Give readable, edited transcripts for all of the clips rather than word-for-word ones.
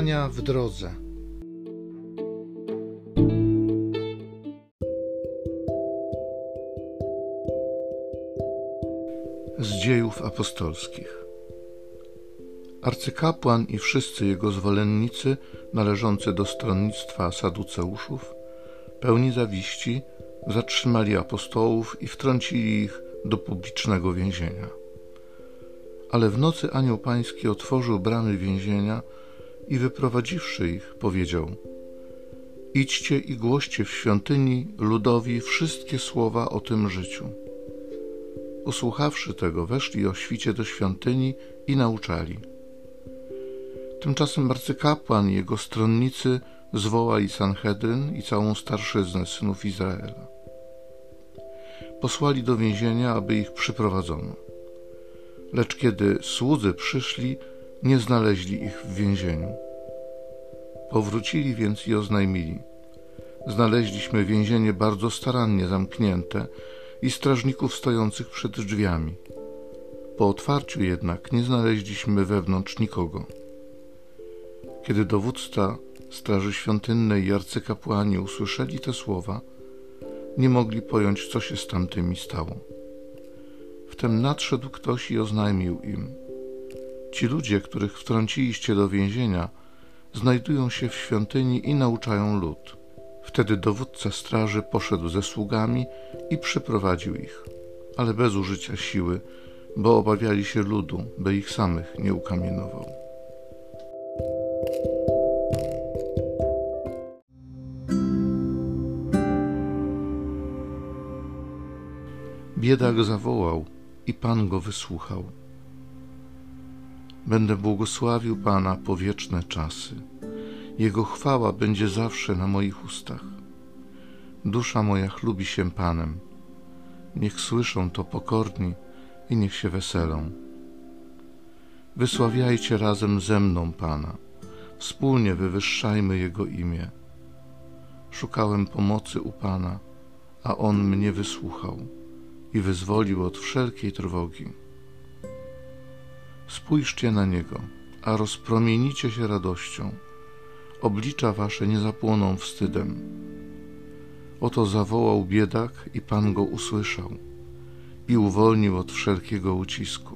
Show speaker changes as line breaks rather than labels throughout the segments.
Czytania w drodze. Z Dziejów Apostolskich. Arcykapłan i wszyscy jego zwolennicy należący do stronnictwa saduceuszów, pełni zawiści, zatrzymali apostołów i wtrącili ich do publicznego więzienia. Ale w nocy anioł pański otworzył bramy więzienia i wyprowadziwszy ich, powiedział: idźcie i głoście w świątyni ludowi wszystkie słowa o tym życiu. Usłuchawszy tego, weszli o świcie do świątyni i nauczali. Tymczasem arcykapłan i jego stronnicy zwołali Sanhedryn i całą starszyznę synów Izraela. Posłali do więzienia, aby ich przyprowadzono. Lecz kiedy słudzy przyszli, nie znaleźli ich w więzieniu. Powrócili więc i oznajmili: znaleźliśmy więzienie bardzo starannie zamknięte i strażników stojących przed drzwiami. Po otwarciu jednak nie znaleźliśmy wewnątrz nikogo. Kiedy dowódca straży świątynnej i arcykapłani usłyszeli te słowa, nie mogli pojąć, co się z tamtymi stało. Wtem nadszedł ktoś i oznajmił im: ci ludzie, których wtrąciliście do więzienia, znajdują się w świątyni i nauczają lud. Wtedy dowódca straży poszedł ze sługami i przyprowadził ich, ale bez użycia siły, bo obawiali się ludu, by ich samych nie ukamienował. Biedak zawołał i Pan go wysłuchał. Będę błogosławił Pana po wieczne czasy. Jego chwała będzie zawsze na moich ustach. Dusza moja chlubi się Panem. Niech słyszą to pokorni i niech się weselą. Wysławiajcie razem ze mną Pana. Wspólnie wywyższajmy Jego imię. Szukałem pomocy u Pana, a On mnie wysłuchał i wyzwolił od wszelkiej trwogi. Spójrzcie na Niego, a rozpromienicie się radością. Oblicza wasze nie zapłoną wstydem. Oto zawołał biedak i Pan go usłyszał i uwolnił od wszelkiego ucisku.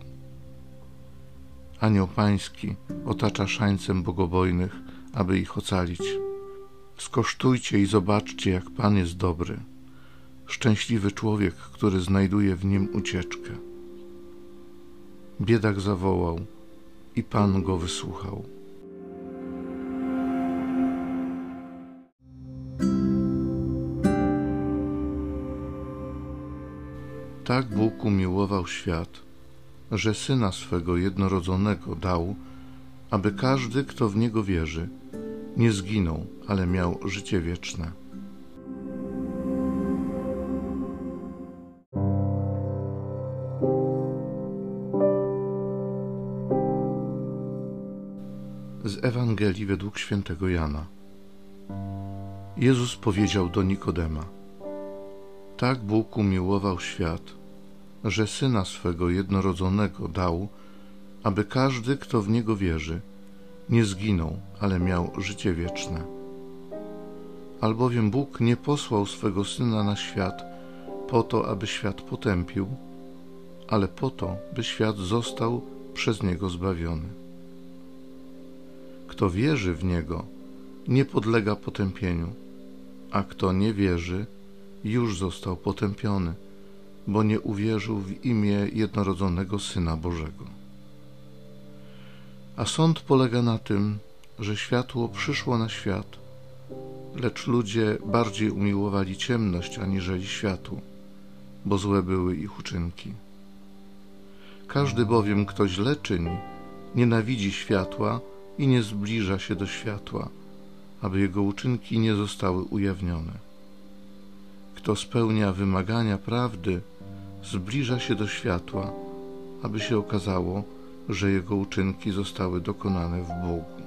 Anioł pański otacza szańcem bogobojnych, aby ich ocalić. Skosztujcie i zobaczcie, jak Pan jest dobry. Szczęśliwy człowiek, który znajduje w nim ucieczkę. Biedak zawołał i Pan go wysłuchał. Tak Bóg umiłował świat, że Syna swego jednorodzonego dał, aby każdy, kto w Niego wierzy, nie zginął, ale miał życie wieczne. Z Ewangelii według świętego Jana. Jezus powiedział do Nikodema: tak Bóg umiłował świat, że Syna swego jednorodzonego dał, aby każdy, kto w Niego wierzy, nie zginął, ale miał życie wieczne. Albowiem Bóg nie posłał swego Syna na świat po to, aby świat potępił, ale po to, by świat został przez Niego zbawiony. Kto wierzy w Niego, nie podlega potępieniu, a kto nie wierzy, już został potępiony, bo nie uwierzył w imię jednorodzonego Syna Bożego. A sąd polega na tym, że światło przyszło na świat, lecz ludzie bardziej umiłowali ciemność aniżeli światło, bo złe były ich uczynki. Każdy bowiem, kto źle czyni, nienawidzi światła i nie zbliża się do światła, aby jego uczynki nie zostały ujawnione. Kto spełnia wymagania prawdy, zbliża się do światła, aby się okazało, że jego uczynki zostały dokonane w Bogu.